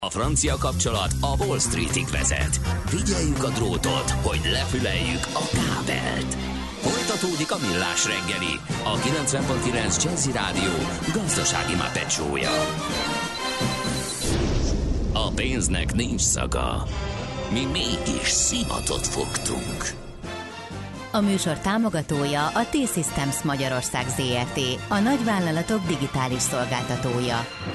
A francia kapcsolat a Wall Streetig vezet. Figyeljük a drótot, hogy lefüleljük a kábelt. Folytatódik a Millás reggeli, a 90.9 Jazzy Rádió gazdasági mápecsója. A pénznek nincs szaga. Mi mégis szimatot fogtunk. A műsor támogatója a T-Systems Magyarország Zrt., a nagyvállalatok digitális szolgáltatója.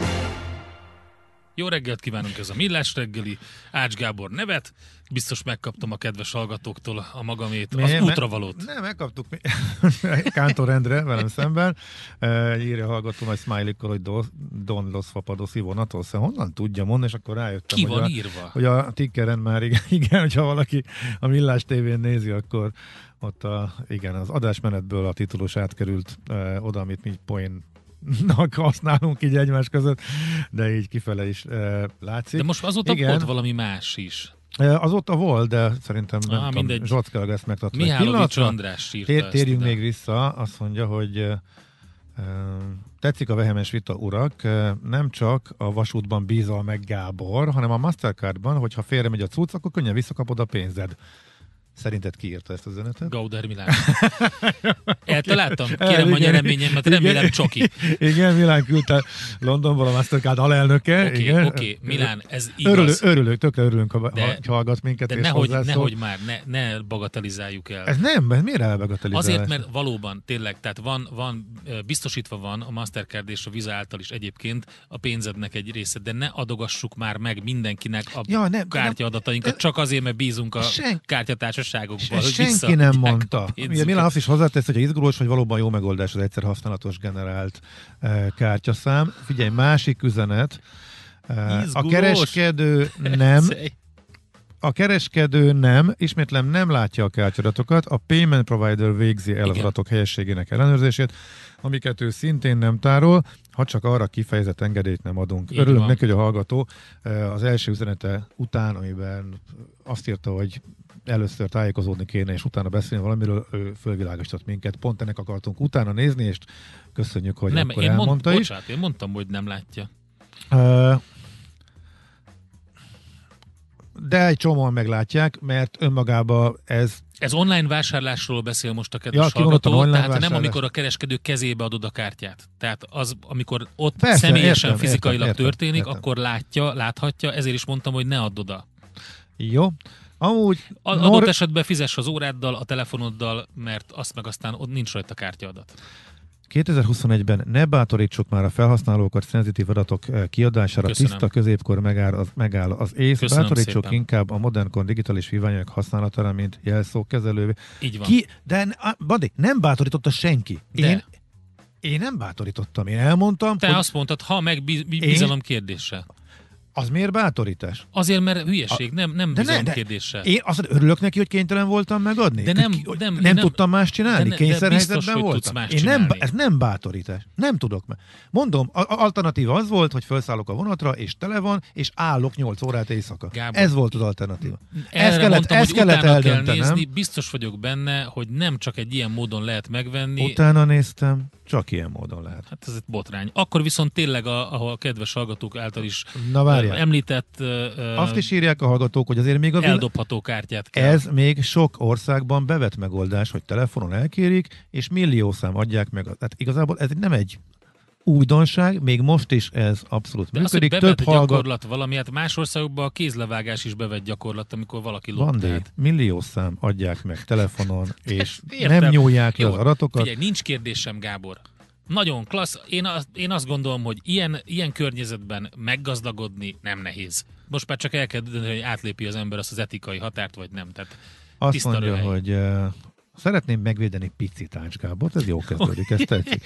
Jó reggelt kívánunk, ez a Millás reggeli. Ács Gábor nevet. Biztos megkaptam a kedves hallgatóktól a magamét, az útravalót. Nem, megkaptuk Kántor Endre velem szemben. Írja a hallgató nagy smiley-kkal, hogy Don Los Fapados Ivonatos. Honnan tudja mondani, és akkor rájöttem, ki van írva? Hogy a tickeren már igen, hogyha valaki a Millás tévén nézi, akkor ott az adásmenetből a titulus átkerült oda, amit mi poénnak használunk így egymás között, de így kifele is látszik. De most azóta volt valami más is. Azóta volt, de szerintem nem tudom, Zsoczkálag ezt megtartva. Mihálovics András írta Térjünk még vissza, azt mondja, hogy tetszik a vehemes vita, urak, nem csak a vasútban bízol meg Gábor, hanem a Mastercardban, hogyha félre megy a cucc, akkor könnyen visszakapod a pénzed. Szerinted ki írta ezt a üzenetet? Gauder Milán. Eltaláltam? Kérem a nyereményemet, remélem Csoki. Igen, Milán küldte Londonból a Mastercard alelnöke. Oké, Milán, ez igaz. Örülök, tökre örülünk, ha hallgat minket. De nehogy már, ne bagatelizáljuk el. Ez nem, miért elbagatelizálás? Azért, mert valóban, tényleg, tehát van, biztosítva van a Mastercard és a Visa által is egyébként a pénzednek egy része, de ne adogassuk már meg mindenkinek a kártyaadatainkat, csak azért, mert bízunk a kártyatársaságokban. Senki nem mondta. Ugye Milán azt is hozzátesz, hogy izgulós, hogy valóban jó megoldás az egyszer használatos generált kártyaszám. Figyelj, másik üzenet. A kereskedő nem, ismétlem nem látja a kártyadatokat, a payment provider végzi el az adatok helyességének ellenőrzését, amiket ő szintén nem tárol, ha csak arra kifejezett engedélyt nem adunk. Örülünk neki, hogy a hallgató az első üzenete után, amiben azt írta, hogy először tájékozódni kéne, és utána beszélni valamiről, ő fölvilágosított minket. Pont ennek akartunk utána nézni, és köszönjük, hogy akkor elmondta is. Bocsánat, én mondtam, hogy nem látja. De egy csomóan meglátják, mert önmagában ez... Ez online vásárlásról beszél most a kedves hallgató, tehát nem amikor a kereskedő kezébe adod a kártyát. Tehát az, amikor ott személyesen, fizikailag történik, akkor láthatja, ezért is mondtam, hogy ne add oda. Jó. Amúgy adott esetben fizess az óráddal, a telefonoddal, mert azt meg aztán ott nincs rajta kártyaadat. 2021-ben ne bátorítsuk már a felhasználókat szenzitív adatok kiadására. Köszönöm. Tiszta középkor megáll az ész. Köszönöm bátorítsuk szépen. Inkább a modernkor digitális víványok használatára, mint jelszókezelővé. Így van. Badi, nem bátorította senki. Én nem bátorítottam. Én elmondtam, Te azt mondtad, ha meg bizalom kérdése. Az miért bátorítás? Azért, mert hülyeség, nem bizalom kérdése. Én azt örülök neki, hogy kénytelen voltam megadni. De nem tudtam más csinálni? Kényszerhelyzetben voltam? Ez nem bátorítás. Nem tudok meg. Mondom, alternatíva az volt, hogy felszállok a vonatra, és tele van, és állok 8 órát éjszaka. Gábor, ez volt az alternatíva. Ezt kellett eldöntenem. Kell nézni, biztos vagyok benne, hogy nem csak egy ilyen módon lehet megvenni. Utána néztem, csak ilyen módon lehet. Hát ez egy botrány. Akkor viszont tényleg, ahol a kedves hallgatók által is említett... Azt is írják a hallgatók, hogy azért még eldobható kártyát kell. Ez még sok országban bevett megoldás, hogy telefonon elkérik, és milliószám adják meg. Tehát igazából ez nem egy újdonság, még most is ez abszolút működik. De az, hogy gyakorlat valami, hát más országokban a kézlevágás is bevett gyakorlat, amikor valaki loptát. Milliószám adják meg telefonon, és nem nyúlják le az adatokat. Figyelj, nincs kérdésem, Gábor. Nagyon klassz. Én azt gondolom, hogy ilyen környezetben meggazdagodni nem nehéz. Most már csak el kell dönteni, hogy átlépi az ember azt az etikai határt, vagy nem. Tehát azt mondja, hogy szeretném megvédeni picit Ács Gábort, ez jó kezdődik, ez tetszik.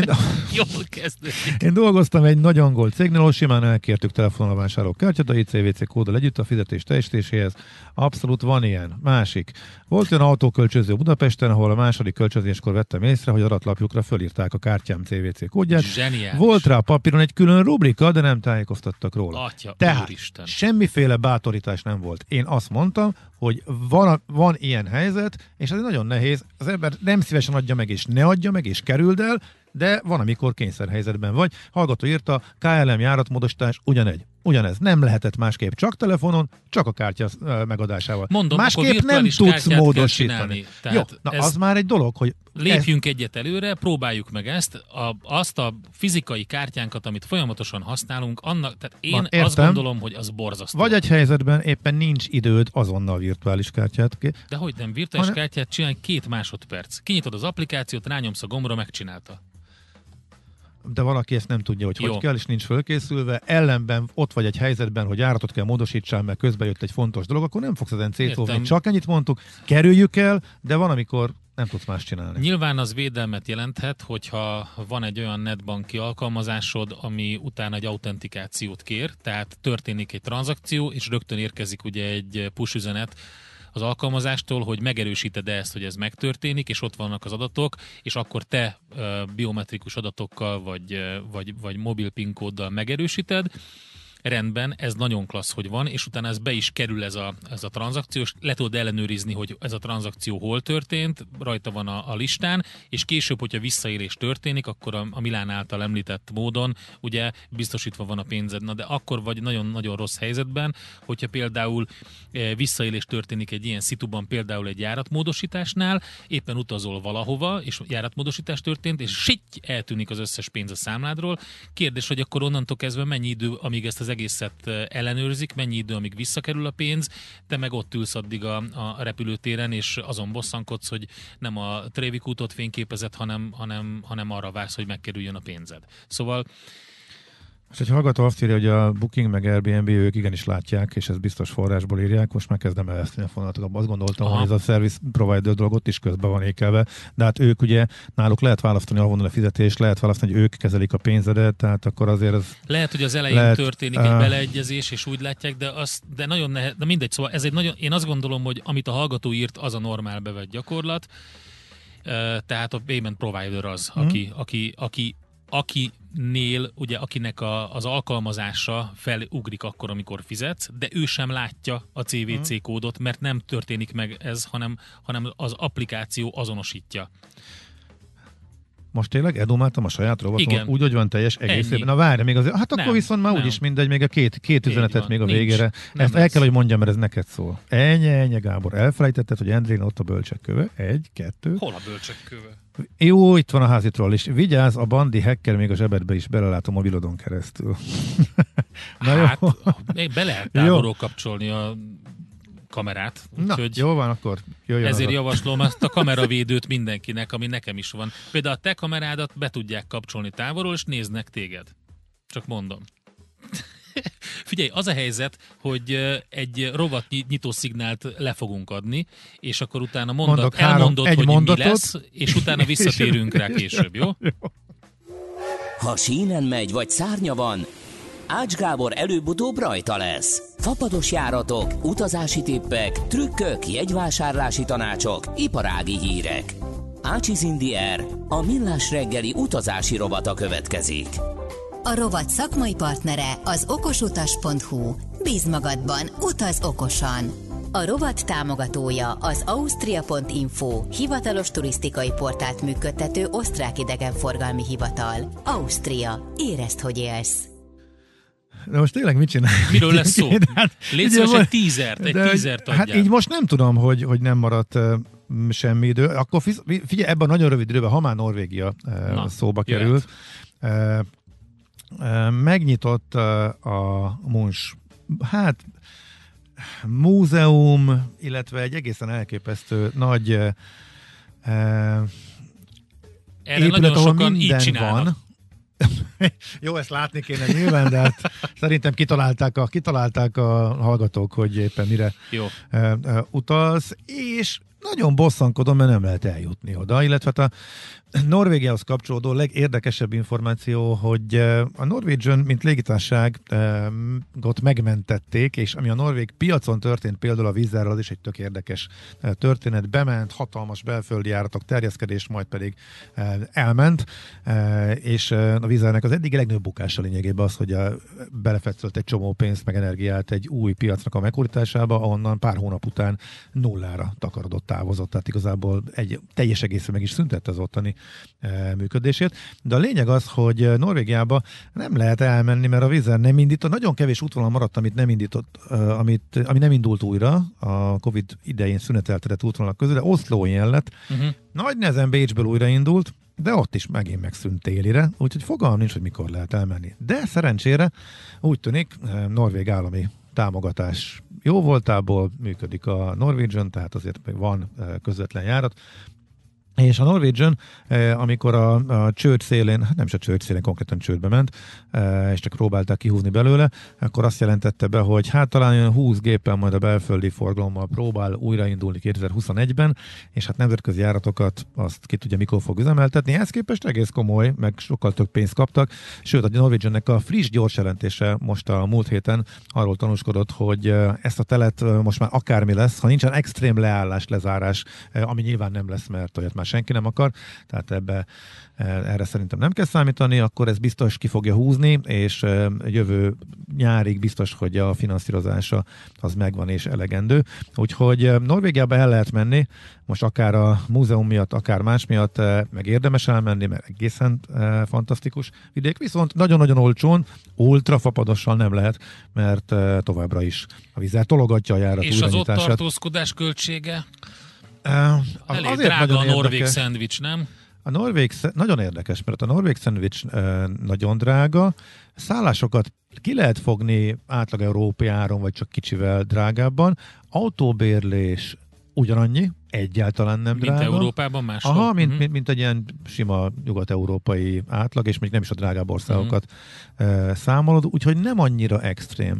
Én dolgoztam egy nagy angol cégnél, ahol simán elkértük telefonon a vásárlók kártyadait, CVC kóddal együtt a fizetés teljesítéséhez. Abszolút van ilyen. Másik. Volt olyan autókölcsöző Budapesten, ahol a második kölcsözéskor vettem észre, hogy adatlapjukra fölírták a kártyám CVC kódját. Zseniális. Volt rá a papíron egy külön rubrika, de nem tájékoztattak róla. Atya, tehát úristen. Semmiféle bátorítás nem volt. Én azt mondtam, hogy van ilyen helyzet, és ez nagyon nehéz. Az ember nem szívesen adja meg, és ne adja meg, és kerüld el, de van, amikor kényszerhelyzetben vagy. Hallgató írta, KLM járatmódosítás ugyanegy. ugyanez. Nem lehetett másképp. Csak telefonon, csak a kártya megadásával. Mondom, másképp nem tudsz módosítani. Jó, az már egy dolog, hogy lépjünk egyet előre, próbáljuk meg ezt, azt a fizikai kártyánkat, amit folyamatosan használunk, tehát én azt gondolom, hogy az borzasztó. Vagy egy helyzetben éppen nincs időd azonnal virtuális kártyát. De hogy nem, virtuális kártyát csinálj 2 másodperc. Kinyitod az applikációt, rányomsz a gombra, megcsinálta. De valaki ezt nem tudja, hogy kell, és nincs fölkészülve, ellenben ott vagy egy helyzetben, hogy járatot kell módosítsál, mert közben jött egy fontos dolog, akkor nem fogsz ezen szétszóvni. Csak ennyit mondtuk, kerüljük el, de van, amikor nem tudsz más csinálni. Nyilván az védelmet jelenthet, hogyha van egy olyan netbanki alkalmazásod, ami utána egy autentikációt kér, tehát történik egy tranzakció, és rögtön érkezik ugye egy push üzenet az alkalmazástól, hogy megerősíted ezt, hogy ez megtörténik, és ott vannak az adatok, és akkor te biometrikus adatokkal, vagy mobil PIN kóddal megerősíted. Rendben, ez nagyon klassz, hogy van, és utána ez be is kerül ez a tranzakció, és le tudod ellenőrizni, hogy ez a tranzakció hol történt, rajta van a listán, és később, hogyha visszaélés történik, akkor a Milán által említett módon ugye biztosítva van a pénzed. Na de akkor vagy nagyon-nagyon rossz helyzetben, hogyha például visszaélés történik egy ilyen szituban, például egy járatmódosításnál, éppen utazol valahova, és járatmódosítás történt, és eltűnik az összes pénz a számládról. Kérdés, hogy akkor onnantól kezdve mennyi idő, amíg ezt az egészet ellenőrzik, mennyi idő, amíg visszakerül a pénz, te meg ott ülsz addig a repülőtéren, és azon bosszankodsz, hogy nem a Trevi útot fényképezett, hanem arra vársz, hogy megkerüljön a pénzed. Szóval és egy hallgató azt írja, hogy a Booking meg Airbnb ők igenis látják, és ez biztos forrásból írják, most már kezdem elveszteni a fonalat. Azt gondoltam, hogy ez a service provider dolog ott is közben van ékelve, de hát ők ugye, náluk lehet választani a fizetést, lehet választani, hogy ők kezelik a pénzedet, tehát akkor azért ez... Lehet, hogy az elején történik egy beleegyezés, és úgy látják, de nagyon nehéz, de mindegy, szóval ez egy nagyon, én azt gondolom, hogy amit a hallgató írt, az a normál bevett gyakorlat, tehát a payment provider az, akinél, ugye, akinek az alkalmazása felugrik akkor, amikor fizetsz, de ő sem látja a CVC kódot, mert nem történik meg ez, hanem az applikáció azonosítja. Most tényleg edumáltam a saját robotom, úgy, hogy van teljes egészében. Na várj, még azért, hát akkor viszont már úgyis mindegy, még a két üzenetet van, még a végére. Ezt el kell, hogy mondjam, mert ez neked szól. Ennyi, Gábor, elfelejtetted, hogy Endrén ott a bölcsekköve. 1, 2. Hol a bölcsekköve? Jó, itt van a házitról is. Vigyázz, a bandi hacker még a zsebedbe is belelát a mobilodon keresztül. Na hát, jó. Még be lehet távolról kapcsolni a kamerát. Úgyhogy jó van, akkor jöjjön. Ezért javaslom azt a kameravédőt mindenkinek, ami nekem is van. Például a te kamerádat be tudják kapcsolni távolról, és néznek téged. Csak mondom. Figyelj, az a helyzet, hogy egy rovat nyitó-szignált le fogunk adni, és akkor utána elmondod, hogy mondatot, mi lesz, és utána visszatérünk rá később, jó? Ha sínen megy, vagy szárnya van, Ács Gábor előbb-utóbb rajta lesz. Fapados járatok, utazási tippek, trükkök, jegyvásárlási tanácsok, iparági hírek. Ácsiz in the Air, a millás reggeli utazási rovata következik. A rovat szakmai partnere az okosutas.hu. Bízz magadban, utaz okosan! A rovat támogatója az Austria.info, hivatalos turisztikai portált működtető osztrák idegenforgalmi hivatal. Ausztria. Érezd, hogy élsz! De most tényleg mit csinálj? Miről lesz szó? Légy szíves egy tízert adjál. Hát így most nem tudom, hogy nem maradt semmi idő. Akkor figyelj, ebben a nagyon rövid időben, ha már Norvégia szóba került, megnyitott a Munch, múzeum, illetve egy egészen elképesztő nagy épület, ahol minden van. Jó, ezt látni kéne nyilván, de hát szerintem kitalálták a hallgatók, hogy éppen mire utalsz, és nagyon bosszankodom, mert nem lehet eljutni oda, illetve hát a Norvégiához kapcsolódó legérdekesebb információ, hogy a Norwegian, mint légitárságot megmentették, és ami a norvég piacon történt, például a vízzel, az is egy tök érdekes történet. Bement, hatalmas belföldi járatok terjeszkedés, majd pedig elment, és a vízzelnek az eddig legnagyobb bukása lényegében az, hogy belefetszolt egy csomó pénzt, meg energiát egy új piacnak a meghódításába, ahonnan pár hónap után nullára takarodott, távozott, tehát igazából egy teljes egészre meg is szüntette az ottani működését. De a lényeg az, hogy Norvégiába nem lehet elmenni, mert a Wizz nem indított. Nagyon kevés útvonal maradt, amit nem indított, ami nem indult újra a Covid idején szüneteltetett útvonalak közül, de Oszló ilyen lett. Nagy nehezen Bécsből újraindult, de ott is megint megszűnt télire, úgyhogy fogalmam nincs, hogy mikor lehet elmenni. De szerencsére úgy tűnik, norvég állami támogatás jó voltából működik a Norwegian, tehát azért még van közvetlen járat. És a Norwegian, amikor a csőd szélén, hát nem is a csőd szélén, konkrétan csődbe ment, és csak próbálták kihúzni belőle, akkor azt jelentette be, hogy hát talán 20 géppel majd a belföldi forgalommal próbál újraindulni 2021-ben, és hát nemzetközi járatokat azt ki tudja, mikor fog üzemeltetni. Ehhez képest egész komoly, meg sokkal több pénzt kaptak, sőt a Norwegiannek a friss gyors jelentése most a múlt héten arról tanúskodott, hogy ezt a telet most már akármi lesz, ha nincsen extrém leállás, lezárás, ami nyilván nem lesz, mert olyat már senki nem akar, tehát erre szerintem nem kell számítani, akkor ez biztos ki fogja húzni, és jövő nyárig biztos, hogy a finanszírozása az megvan és elegendő. Úgyhogy Norvégiába el lehet menni, most akár a múzeum miatt, akár más miatt meg érdemes elmenni, mert egészen fantasztikus vidék, viszont nagyon-nagyon olcsón, ultrafapadossal nem lehet, mert továbbra is a Wizz tologatja a járat és újranyitását. És az ott tartózkodás költsége? Elég azért drága a norvég szendvics, nem? A norvég, nagyon érdekes, mert a norvég szendvics nagyon drága. Szállásokat ki lehet fogni átlag európai áron, vagy csak kicsivel drágábban. Autóbérlés ugyanannyi, egyáltalán nem drága. Mint Európában máshol? Aha, mint egy ilyen sima nyugat-európai átlag, és még nem is a drágább országokat számolod, úgyhogy nem annyira extrém.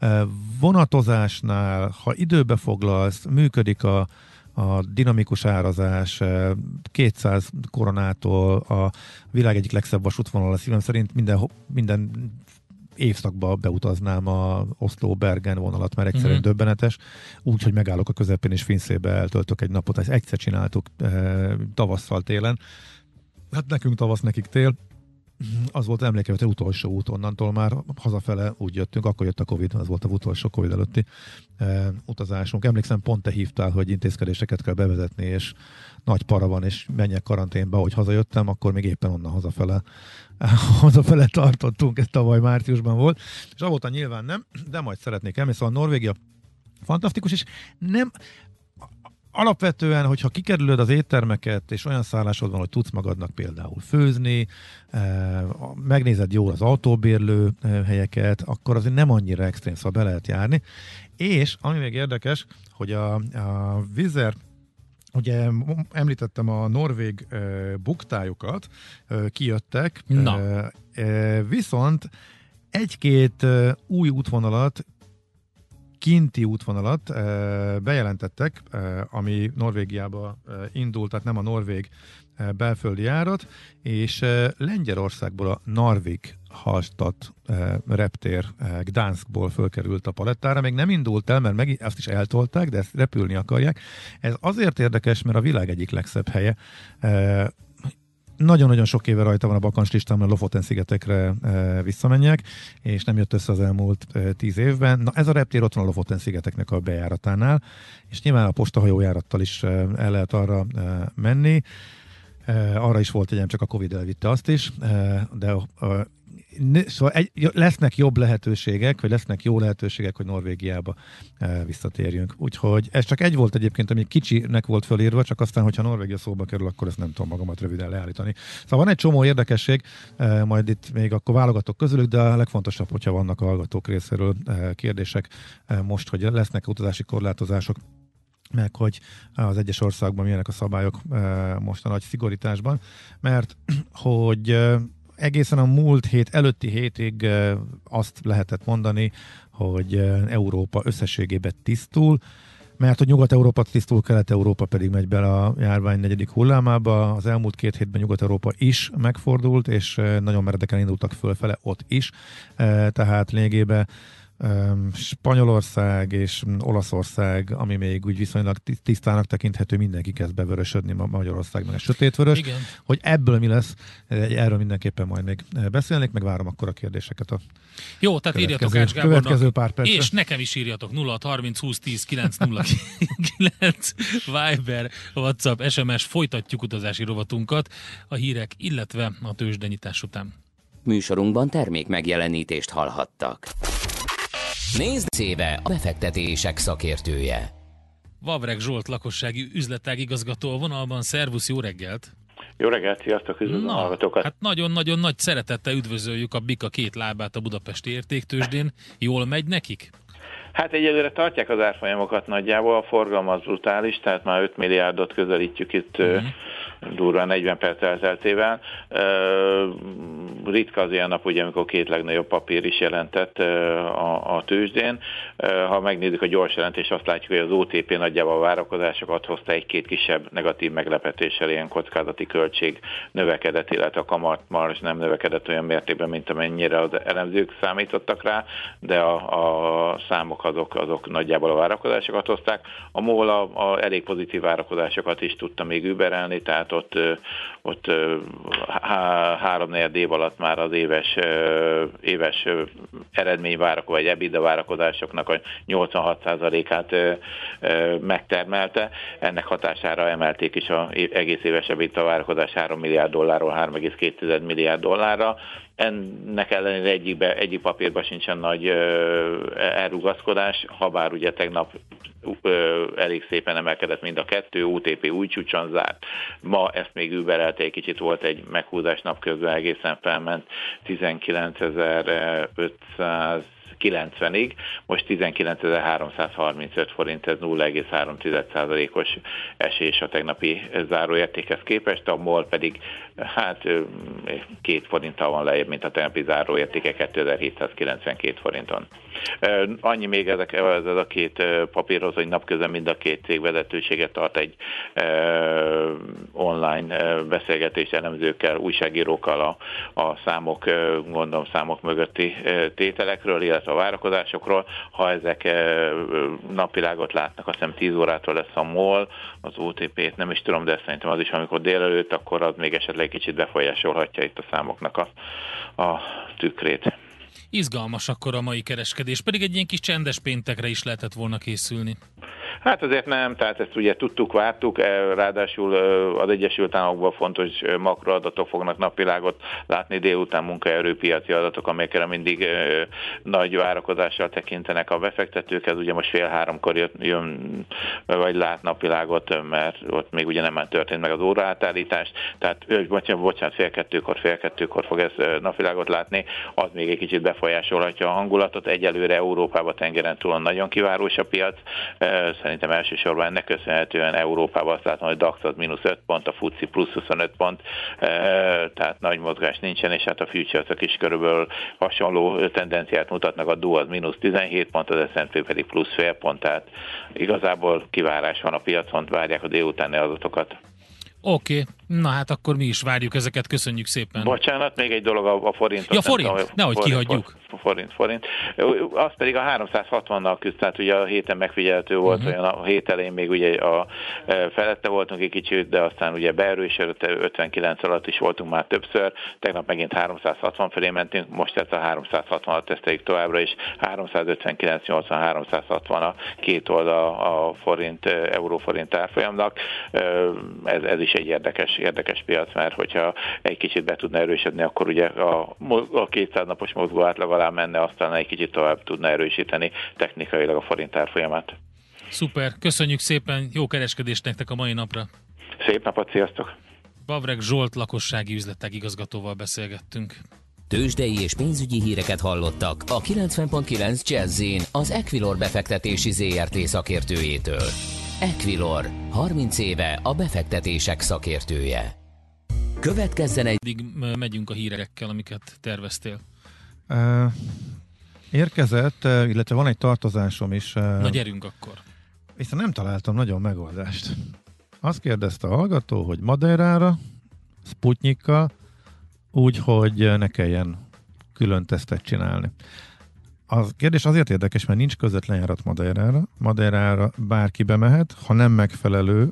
Vonatozásnál, ha időbe foglalsz, működik a dinamikus árazás, 200 koronától a világ egyik legszebb vasútvonal, a szívem szerint minden évszakban beutaznám a Oslo-Bergen vonalat, mert egyszerűen döbbenetes, úgyhogy megállok a közepén és Finszébe eltöltök egy napot, ezt egyszer csináltuk tavasszal, télen. Hát nekünk tavasz, nekik tél. Az volt emlékevetel utolsó út, onnantól már hazafele úgy jöttünk, akkor jött a Covid, az volt a utolsó Covid előtti utazásunk. Emlékszem, pont te hívtál, hogy intézkedéseket kell bevezetni, és nagy para van, és menjek karanténba, hogy hazajöttem, akkor még éppen onnan hazafele tartottunk, ez tavaly márciusban volt, és avóta nyilván nem, de majd szeretnék elmenni, szóval Norvégia fantasztikus, és nem alapvetően, hogyha kikerülöd az éttermeket, és olyan szállásod van, hogy tudsz magadnak például főzni, megnézed jól az autóbérlő helyeket, akkor azért nem annyira extrém, szóval be lehet járni. És ami még érdekes, hogy a Wizz Air, ugye említettem a norvég buktájukat, kijöttek, viszont egy-két új útvonalat, kinti útvonalat bejelentettek, ami Norvégiába indult, tehát nem a norvég belföldi járat, és Lengyelországból a Narvik Hallstatt reptér Gdanskból fölkerült a palettára, még nem indult el, mert azt is eltolták, de ezt repülni akarják. Ez azért érdekes, mert a világ egyik legszebb helye. Nagyon-nagyon sok éve rajta van a bakancs mert Lofoten-szigetekre visszamenjek, és nem jött össze az elmúlt 10 évben. Na, ez a reptér ott van a Lofoten-szigeteknek a bejáratánál, és nyilván a postahajójárattal is el lehet arra menni. Arra is volt egyem, csak a Covid elvitte azt is, de szóval lesznek jobb lehetőségek, vagy lesznek jó lehetőségek, hogy Norvégiába visszatérjünk. Úgyhogy ez csak egy volt egyébként, ami kicsinek volt fölírva, csak aztán, hogyha Norvégia szóba kerül, akkor ezt nem tudom magamat röviden leállítani. Szóval van egy csomó érdekesség, majd itt még akkor válogatok közülük, de a legfontosabb, hogyha vannak a hallgatók részéről kérdések most, hogy lesznek utazási korlátozások, meg hogy az egyes országban milyenek a szabályok most a nagy szigorításban, mert hogy egészen a múlt hét, előtti hétig azt lehetett mondani, hogy Európa összességében tisztul, mert hogy Nyugat-Európa tisztul, Kelet-Európa pedig megy bele a járvány negyedik hullámába. Az elmúlt 2 hétben Nyugat-Európa is megfordult, és nagyon meredeken indultak fölfele ott is. Tehát lényegében Spanyolország és Olaszország, ami még úgy viszonylag tisztának tekinthető, mindenki kezd bevörösödni, Magyarország meg a sötétvörös. Igen. Hogy ebből mi lesz, erről mindenképpen majd még beszélnék, meg várom akkor a kérdéseket a jó, tehát írjatok Ács Gábornak, következő pár percre. És nekem is írjatok 0630 20 10 909 Viber, WhatsApp, SMS, folytatjuk utazási rovatunkat, a hírek, illetve a tőzsdenyítás után. Műsorunkban termék megjelenítést hallhattak. Nézd széve a befektetések szakértője. Vavreg Zsolt lakossági üzletág igazgató a vonalban. Szervusz, jó reggelt! Jó reggelt, sziasztok, üdvözlöm a hallgatókat! Hát nagyon-nagyon nagy szeretettel üdvözöljük a Bika két lábát a budapesti értéktőzsdén. Jól megy nekik? Hát egyelőre tartják az árfolyamokat nagyjából, a forgalom az brutális, tehát már 5 milliárdot közelítjük itt durván 40 perc elteltével. Ritka az ilyen nap, ugye, amikor két legnagyobb papír is jelentett a tőzsdén. Ha megnézzük a gyors jelentést, azt látjuk, hogy az OTP nagyjából a várakozásokat hozta, egy-két kisebb negatív meglepetéssel, ilyen kockázati költség növekedett, illetve a kamatmarzs nem növekedett olyan mértékben, mint amennyire az elemzők számítottak rá, de a számok azok nagyjából a várakozásokat hozták. A MOL elég pozitív várakozásokat is tudta még überelni, tehát ott 3-4 év alatt már az éves eredményvárakozás, vagy EBITDA várakozásoknak a 86%-át megtermelte. Ennek hatására emelték is az egész éves EBITDA várakozás $3 milliárd 3,2 milliárd dollárra. Ennek ellenére egyik papírban sincsen nagy elrugaszkodás, habár ugye tegnap elég szépen emelkedett mind a kettő, OTP új csúcson zárt. Ma ezt még überelte, egy kicsit volt egy meghúzás napközben, egészen felment 19.590-ig, most 19.335 forint, ez 0,3%-os esés a tegnapi záróértékhez képest, a MOL pedig 2 forinttal van lejjebb, mint a tegnapi záróértéke, 2792 forinton. Annyi még ez a két papírhoz, hogy napközben mind a két cég vezetősége tart egy online beszélgetést elemzőkkel, újságírókkal a számok, gondolom számok mögötti tételekről, illetve a várakozásokról. Ha ezek napvilágot látnak, azt hiszem 10 órától lesz a MOL, az OTP-t nem is tudom, de szerintem az is, amikor délelőtt, akkor az még esetleg kicsit befolyásolhatja itt a számoknak a tükrét. Izgalmas akkor a mai kereskedés, pedig egy ilyen kis csendes péntekre is lehetett volna készülni. Hát azért nem, tehát ezt ugye tudtuk, vártuk, ráadásul az Egyesült Államokban fontos makroadatok fognak napvilágot látni, délután munkaerőpiaci adatok, amelyekre mindig nagy várakozással tekintenek a befektetők, ez ugye most 2:30 jön, vagy lát napvilágot, mert ott még ugye nem történt meg az óraátállítás, tehát bocsánat, 1:30-kor fog ez napvilágot látni, az még egy kicsit befolyásolhatja a hangulatot. Egyelőre Európában tengeren túlon nagyon kivárós a piac, szerintem elsősorban ennek köszönhetően Európában azt látom, hogy DAX az -5 pont, a FTSE plusz 25 pont, tehát nagy mozgás nincsen, és hát a futures-ok is körülbelül hasonló tendenciát mutatnak, a Dow az -17 pont, az S&P pedig plusz fél pont, tehát igazából kivárás van a piacon, várják a délutáni adatokat. Oké, na hát akkor mi is várjuk ezeket, köszönjük szépen. Bocsánat, még egy dolog a forint. Ja, forint, nehogy kihagyjuk. Forint. Az pedig a 360-nal küzd, tehát ugye a héten megfigyelhető volt, olyan a hét elején még ugye a felette voltunk egy kicsit, de aztán ugye beerősödött, 59 alatt is voltunk már többször, tegnap megint 360 felé mentünk, most ezt a 360-at teszteljük továbbra is, 359-80-360 a két oldal a forint, euróforint árfolyamnak. Ez is egy érdekes piac, mert hogyha egy kicsit be tudna erősödni, akkor ugye a 200 napos mozgó átlag alá menne, aztán egy kicsit tovább tudna erősíteni technikailag a forint árfolyamát. Szuper, köszönjük szépen, jó kereskedést nektek a mai napra. Szép napot, sziasztok! Vavreg Zsolt lakossági üzletág igazgatóval beszélgettünk. Tőzsdei és pénzügyi híreket hallottak a 90.9 Jazz-in az Equilor befektetési ZRT szakértőjétől. Equilor, 30 éve a befektetések szakértője. Következzen Eddig megyünk a hírekkel, amiket terveztél. Érkezett, illetve van egy tartozásom is. Na gyerünk akkor. Viszont nem találtam nagyon megoldást. Azt kérdezte a hallgató, hogy Madeirára, Sputnikkal, úgy, hogy ne kelljen külön tesztet csinálni. A kérdés azért érdekes, mert nincs közvetlen járat Madeirára. Madeirára bárki bemehet, ha nem megfelelő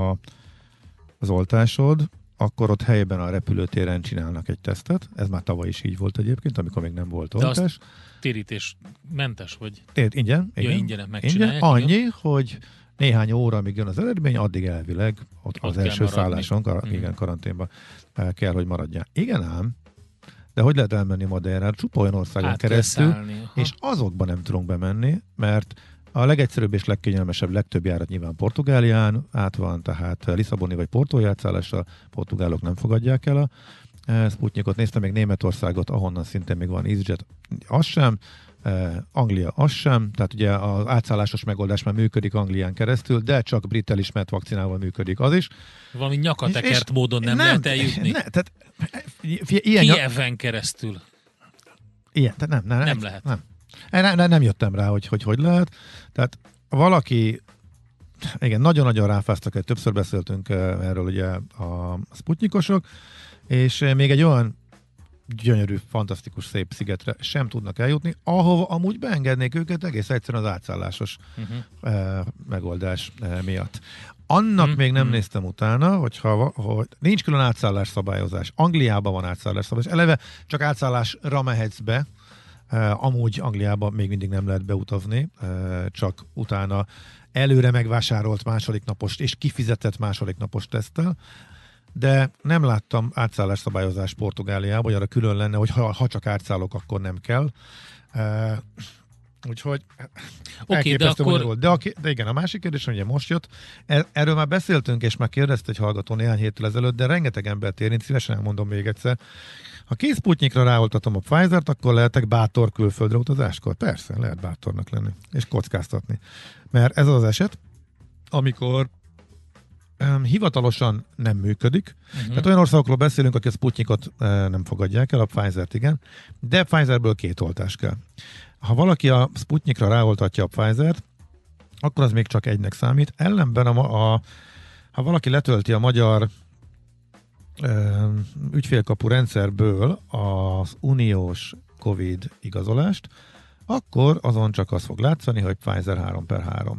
az oltásod, akkor ott helyben a repülőtéren csinálnak egy tesztet. Ez már tavaly is így volt egyébként, amikor még nem volt oltás. De azt térítésmentes vagy? Igen. Ingyen megcsinálják. Annyi, hogy néhány óra, amíg jön az eredmény, addig elvileg ott az első szálláson, karanténban kell, hogy maradjál. Igen ám, de hogy lehet elmenni Madeirára? Csupa olyan országon keresztül, és azokban nem tudunk bemenni, mert a legegyszerűbb és legkényelmesebb, legtöbb járat nyilván Portugálián át van, tehát Lisszaboni vagy Portói átszállással portugálok nem fogadják el a Sputnikot. Néztem még Németországot, ahonnan szintén még van EasyJet, az sem, Anglia az sem, tehát ugye az átszállásos megoldás már működik Anglián keresztül, de csak brit elismert vakcinával működik az is. Valami nyakatekert módon nem lehet eljutni. Tehát, Kijeven keresztül. Ilyen, tehát nem lehet. Nem jöttem rá, hogy lehet. Tehát valaki, igen, nagyon-nagyon ráfáztak, hogy többször beszéltünk erről ugye a Sputnikosok, és még egy olyan gyönyörű, fantasztikus, szép szigetre sem tudnak eljutni, ahova amúgy beengednék őket egész egyszerűen az átszállásos megoldás miatt. Annak még nem néztem utána, hogy nincs külön átszállás szabályozás. Angliában van átszállás szabályozás. Eleve csak átszállásra mehetsz be, amúgy Angliában még mindig nem lehet beutazni, csak utána előre megvásárolt másodiknapos és kifizetett másodiknapos teszttel, de nem láttam átszállásszabályozást Portugáliában, hogy arra külön lenne, hogy ha csak átszállok, akkor nem kell. Úgyhogy elképesztő volt. De igen, a másik kérdés, hogy ugye most jött, erről már beszéltünk, és már kérdezte egy hallgató néhány héttel ezelőtt, de rengeteg embert érint, szívesen elmondom még egyszer. Ha 2 Sputnikra ráoltatom a Pfizert, akkor lehetek bátor külföldre utazáskor? Persze, lehet bátornak lenni, és kockáztatni. Mert ez az eset, amikor hivatalosan nem működik. Tehát olyan országokról beszélünk, akik a Sputnikot nem fogadják el, a Pfizert igen, de Pfizerből 2 oltás kell. Ha valaki a Sputnikra ráoltatja a Pfizert, akkor az még csak egynek számít. Ellenben ha valaki letölti a magyar ügyfélkapu rendszerből az uniós Covid igazolást, akkor azon csak az fog látszani, hogy Pfizer 3/3.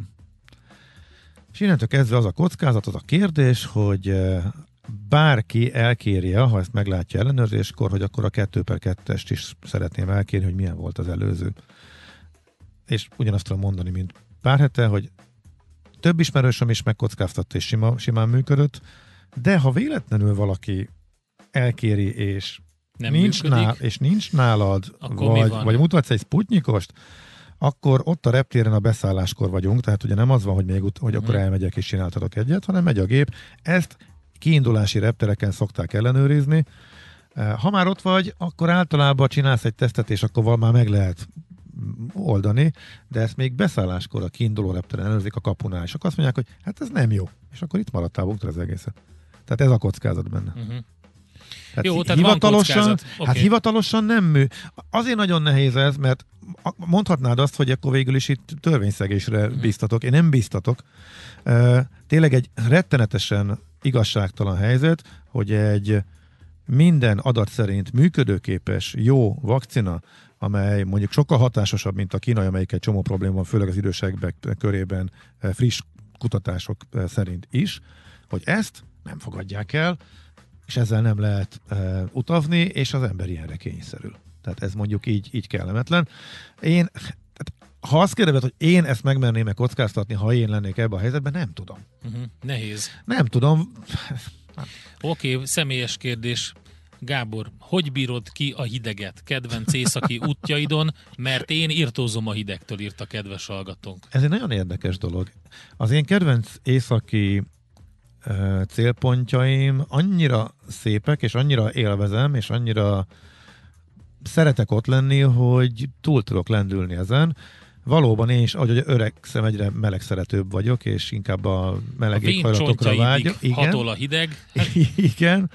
És innentől kezdve az a kockázat, az a kérdés, hogy bárki elkérje, ha ezt meglátja ellenőrzéskor, hogy akkor a 2/2-est is szeretném elkérni, hogy milyen volt az előző. És ugyanazt tudom mondani, mint pár hete, hogy több ismerősöm is megkockáztatta, és simán működött, de ha véletlenül valaki elkéri, és nincs nálad, vagy mutatsz egy Sputnikost, akkor ott a reptéren a beszálláskor vagyunk, tehát ugye nem az van, hogy akkor elmegyek és csináltatok egyet, hanem megy a gép. Ezt kiindulási reptereken szokták ellenőrizni. Ha már ott vagy, akkor általában csinálsz egy tesztet, és akkor már meg lehet oldani, de ezt még beszálláskor a kiinduló repteren ellenőrzik a kapunál, és akkor azt mondják, hogy hát ez nem jó, és akkor itt maradtál, buktad az egészet. Tehát ez a kockázat benne. Tehát jó, tehát hivatalosan, hivatalosan nem Azért nagyon nehéz ez, mert mondhatnád azt, hogy akkor végül is itt törvényszegésre bíztatok. Én nem bíztatok. Tényleg egy rettenetesen igazságtalan helyzet, hogy egy minden adat szerint működőképes, jó vakcina, amely mondjuk sokkal hatásosabb, mint a kínai, amelyik egy csomó probléma van, főleg az idősebbek körében friss kutatások szerint is, hogy ezt nem fogadják el, és ezzel nem lehet utazni, és az ember ilyenre kényszerül. Tehát ez mondjuk így kellemetlen. Ha azt kérdezed, hogy én ezt megmerném-e kockáztatni, ha én lennék ebben a helyzetben, nem tudom. Nehéz. Nem tudom. Oké, személyes kérdés. Gábor, hogy bírod ki a hideget kedvenc északi útjaidon, mert én irtózom a hidegtől, írt a kedves hallgatónk. Ez egy nagyon érdekes dolog. Az én kedvenc északi célpontjaim annyira szépek, és annyira élvezem, és annyira szeretek ott lenni, hogy túl tudok lendülni ezen. Valóban én is, ahogy öregszem, egyre melegszeretőbb vagyok, és inkább a meleg éghajlatokra vágyok. Hatol a hideg. Igen.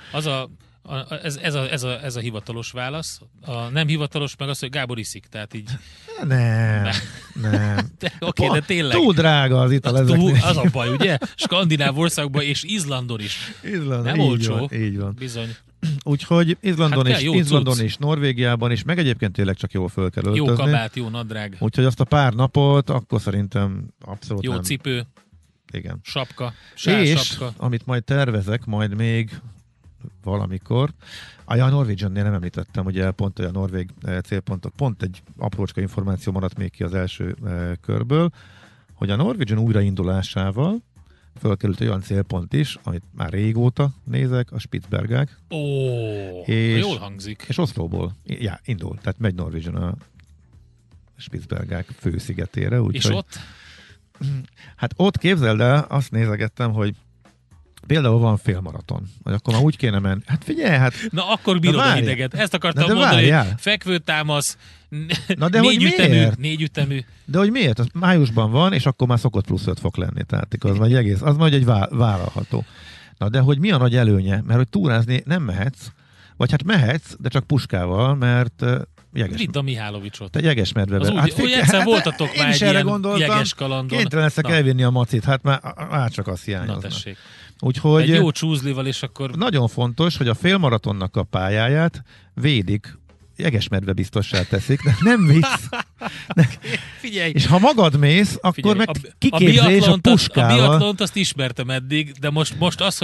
Ez a hivatalos válasz. A nem hivatalos meg az, hogy Gábor iszik, tehát így... Nem. Oké, de tényleg. Túl drága az ital ezeknek. Az a baj, ugye? Skandináv országban és Izlandon is. Izland, nem olcsó. Így van. Bizony. Úgyhogy Izlandon és Norvégiában is, meg egyébként tényleg csak jól föl kell öltözni. Jó kabát, jó nadrág. Úgyhogy azt a pár napot, akkor szerintem abszolút jó nem. cipő. Igen. Sapka. És amit majd tervezek, majd még valamikor. A Norwegian-nél nem említettem, ugye pont a norvég célpontok, pont egy aprócska információ maradt még ki az első körből, hogy a Norwegian újraindulásával fölkerült egy olyan célpont is, amit már régóta nézek, a Spitsbergák. Jól hangzik. És Oszlóból indul, tehát megy Norwegian a Spitsbergák főszigetére. És ott? Hát ott képzeld el, azt nézegettem, hogy például van félmaraton, vagy akkor már úgy kéne menni. Hát figyelj, hát... Na akkor bírod a hideget. Ezt akartam mondani, hogy fekvőtámasz, négy ütemű. De hogy miért? Az májusban van, és akkor már szokott plusz 5 fok lenni. Tehát az majd egy vállalható. Na de hogy mi a nagy előnye? Mert hogy túrázni nem mehetsz, vagy hát mehetsz, de csak puskával, mert Vidd a Mihálovicsot. Te Jegesmedvebe. Hát egyszer voltatok már egy ilyen jeges kalandon. Kénytelen leszek elvinni a macit, hát már csak azt hiányozna. Na tessék. Úgyhogy egy jó csúzlival, és akkor... Nagyon fontos, hogy a félmaratonnak a pályáját védik, jegesmedve biztossá teszik, de nem visz. Figyelj! És ha magad mész, akkor meg kiképzés a puskával. A biatlont azt ismertem eddig, de most az,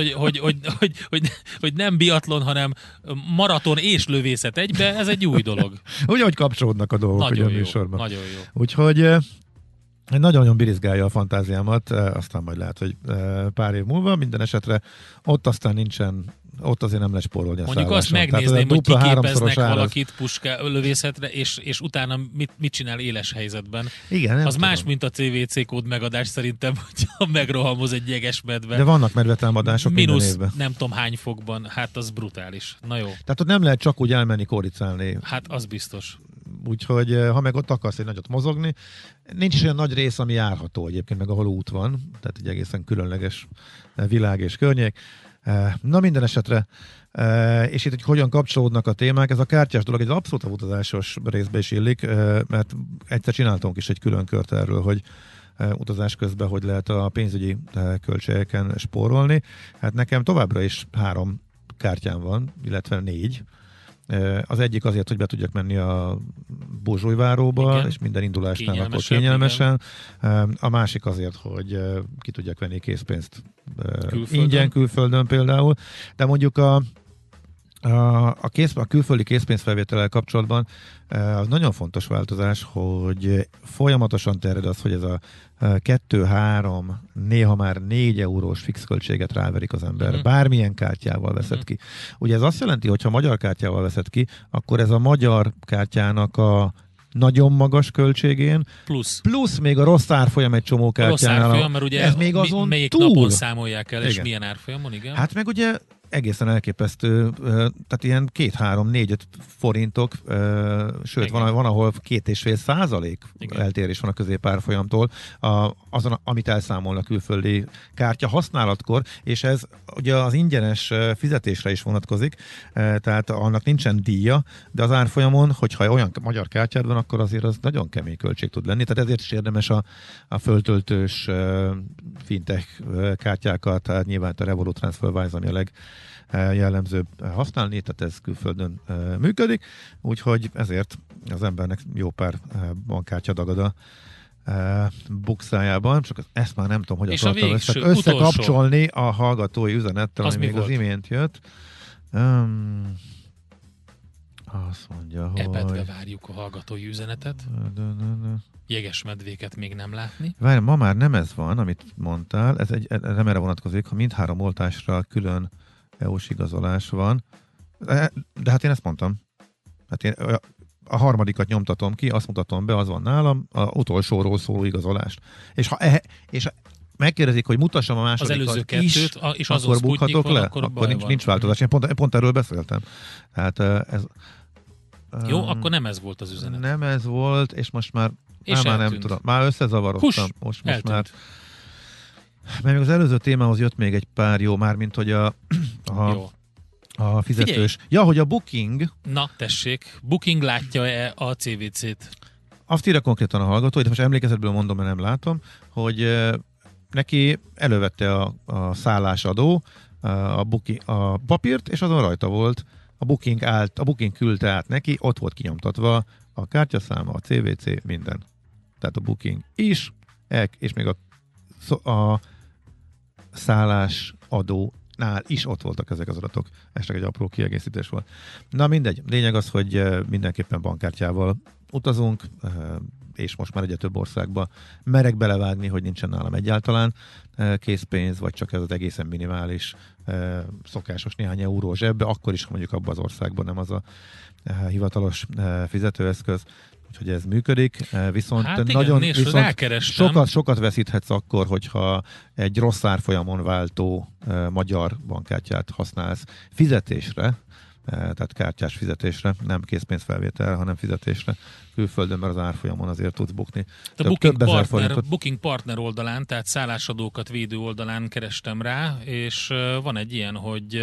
hogy nem biatlon, hanem maraton és lövészet egybe, ez egy új dolog. Úgy, hogy kapcsolódnak a dolgok nagyon ugye jó, a műsorban. Nagyon jó. Úgyhogy nagyon birizgálja a fantáziámat, aztán majd lehet, hogy pár év múlva, minden esetre ott aztán nincsen, ott azért nem lesz spórolni a mondjuk azt megnézném, hogy kiképeznek valakit lövészetre, és utána mit csinál éles helyzetben. Igen, az tudom. Más, mint a CVC kód megadás szerintem, hogyha megrohamoz egy jegesmedve. De vannak medvetámadások minden évben. Nem tudom hány fokban, hát az brutális. Na jó. Tehát ott nem lehet csak úgy elmenni kóricálni. Hát az biztos. Úgyhogy ha meg ott akarsz egy nagyot mozogni, nincs is olyan nagy rész, ami járható egyébként, meg ahol út van, tehát egy egészen különleges világ és környék. Na minden esetre, és itt, hogy hogyan kapcsolódnak a témák, ez a kártyás dolog egy abszolút utazásos részbe is illik, mert egyszer csináltunk is egy külön kört erről, hogy utazás közben hogy lehet a pénzügyi költségeken spórolni. Hát nekem továbbra is 3 kártyám van, illetve 4. Az egyik azért, hogy be tudjak menni a Búzsújváróba, igen, és minden indulásnál akkor kényelmesen. Igen. A másik azért, hogy ki tudjak venni készpénzt ingyen külföldön például. De mondjuk a külföldi készpénzfelvétellel kapcsolatban az nagyon fontos változás, hogy folyamatosan terjed az, hogy ez a 2-3, néha már 4 eurós fix költséget ráverik az ember. Bármilyen kártyával veszed ki. Ugye ez azt jelenti, hogy ha magyar kártyával veszed ki, akkor ez a magyar kártyának a nagyon magas költségén, plusz még a rossz árfolyam egy csomó kártyánál. Rossz árfolyam, mert ugye ez még azon melyik túl napon számolják el, és milyen árfolyamon, igen? Hát meg ugye egészen elképesztő, tehát ilyen 2-3-4-5 forintok, sőt van ahol 2,5% eltérés van a középárfolyamtól, azon, amit elszámolnak külföldi kártya használatkor, és ez ugye az ingyenes fizetésre is vonatkozik, tehát annak nincsen díja, de az árfolyamon, hogyha olyan magyar kártyád van, akkor azért az nagyon kemény költség tud lenni, tehát ezért is érdemes a föltöltős fintech kártyákat, tehát nyilván a Revolut TransferWise, ami a jellemzőbb használni, tehát ez külföldön működik, úgyhogy ezért az embernek jó pár bankkártya dagad a bukszájában, csak ezt már nem tudom, hogy akartam összekapcsolni a hallgatói üzenettel, ami még az imént jött. Azt mondja, hogy... Epedve várjuk a hallgatói üzenetet. Jegesmedvéket még nem látni. Várj, ma már nem ez van, amit mondtál, ez nem erre vonatkozik, ha mindhárom oltásra külön EU-s igazolás van. De hát én ezt mondtam. Hát én a harmadikat nyomtatom ki, azt mutatom be, az van nálam, az utolsóról szóló igazolást. És ha megkérdezik, hogy mutassam a másodikat is, és akkor bukhatok le, akkor nincs változás. Én pont erről beszéltem. Hát ez... Jó, akkor nem ez volt az üzenet. Nem ez volt, és most már nem tudom. Már összezavarodtam. Most már... Mert még az előző témához jött még egy pár jó, mármint hogy a fizetős. Figyelj. Ja, hogy a Booking... Na, tessék. Booking látja-e a CVC-t? Azt írja konkrétan a hallgató, de most emlékezetből mondom, mert nem látom, hogy neki elővette a szállásadó a papírt, és azon rajta volt, a booking küldte át neki, ott volt kinyomtatva a kártyaszáma, a CVC, minden. Tehát a booking is, és még a szállás adónál is ott voltak ezek az adatok. Ez csak egy apró kiegészítés volt. Na mindegy, lényeg az, hogy mindenképpen bankkártyával utazunk, és most már egyre több országba merek belevágni, hogy nincsen nálam egyáltalán készpénz, vagy csak ez az egészen minimális szokásos néhány euró zsebbe, akkor is mondjuk abban az országban nem az a hivatalos fizetőeszköz, úgyhogy ez működik, viszont hát nagyon viszont sokat veszíthetsz akkor, hogyha egy rossz árfolyamon váltó magyar bankkártyát használsz fizetésre, tehát kártyás fizetésre, nem készpénzfelvétel, hanem fizetésre külföldön, mert az árfolyamon azért tudsz bukni. A Booking Partner oldalán, tehát szállásadókat védő oldalán kerestem rá, és van egy ilyen,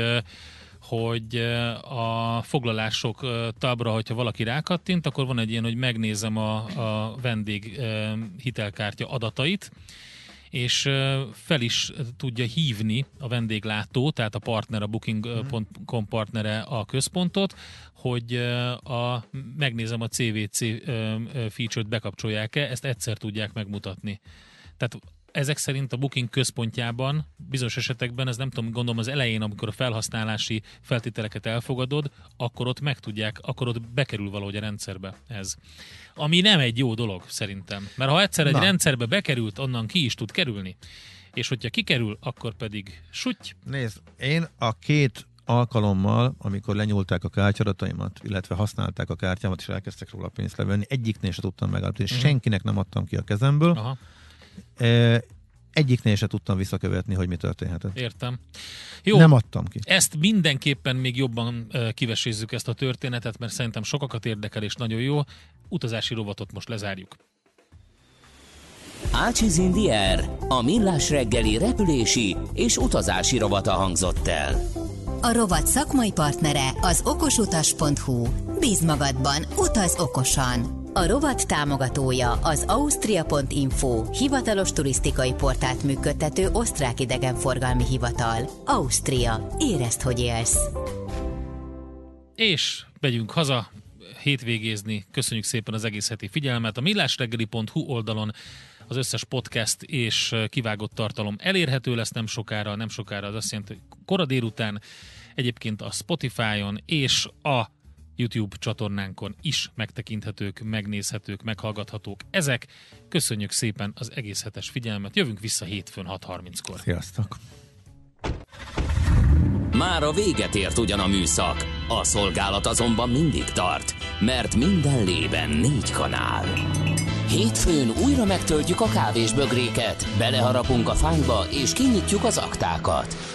hogy a foglalások tabra, hogyha valaki rákattint, akkor van egy ilyen, hogy megnézem a vendég hitelkártya adatait, és fel is tudja hívni a vendéglátó, tehát a partner, a Booking.com partnere a központot, hogy megnézem a CVC feature-t bekapcsolják-e, ezt egyszer tudják megmutatni. Tehát ezek szerint a Booking központjában bizonyos esetekben, ez nem tudom, gondolom az elején, amikor a felhasználási feltételeket elfogadod, akkor ott megtudják, akkor ott bekerül valahogy a rendszerbe ez. Ami nem egy jó dolog szerintem. Mert ha egyszer egy rendszerbe bekerült, onnan ki is tud kerülni. És hogyha kikerül, akkor pedig sutty. Nézd, én a 2 alkalommal, amikor lenyúlták a kártyadataimat, illetve használták a kártyámat, és elkezdtek róla pénzt levenni, egyiknél se tudtam megállapítani, senkinek nem adtam ki a kezemből. Aha. Egyiknél se tudtam visszakövetni, hogy mi történhetett. Értem. Jó, nem adtam ki. Ezt mindenképpen még jobban kivesézzük ezt a történetet, mert szerintem sokakat érdekel, és nagyon jó. Utazási rovatot most lezárjuk. Ácsiz in the Air, a millás reggeli repülési és utazási rovata hangzott el. A rovat szakmai partnere az okosutas.hu. Bízz magadban, utaz okosan! A rovat támogatója az Austria.info, hivatalos turisztikai portált működtető osztrák idegenforgalmi hivatal. Ausztria. Érezd, hogy élsz! És megyünk haza hétvégézni. Köszönjük szépen az egész heti figyelmet. A millásreggeli.hu oldalon az összes podcast és kivágott tartalom elérhető lesz nem sokára az azt jelenti, hogy kora délután, egyébként a Spotify-on és a YouTube csatornánkon is megtekinthetők, megnézhetők, meghallgathatók ezek. Köszönjük szépen az egész hetes figyelmet. Jövünk vissza hétfőn 6:30-kor. Sziasztok! Már a véget ért ugyan a műszak, a szolgálat azonban mindig tart, mert minden lében 4 kanál. Hétfőn újra megtöltjük a kávésbögréket, beleharapunk a fányba és kinyitjuk az aktákat.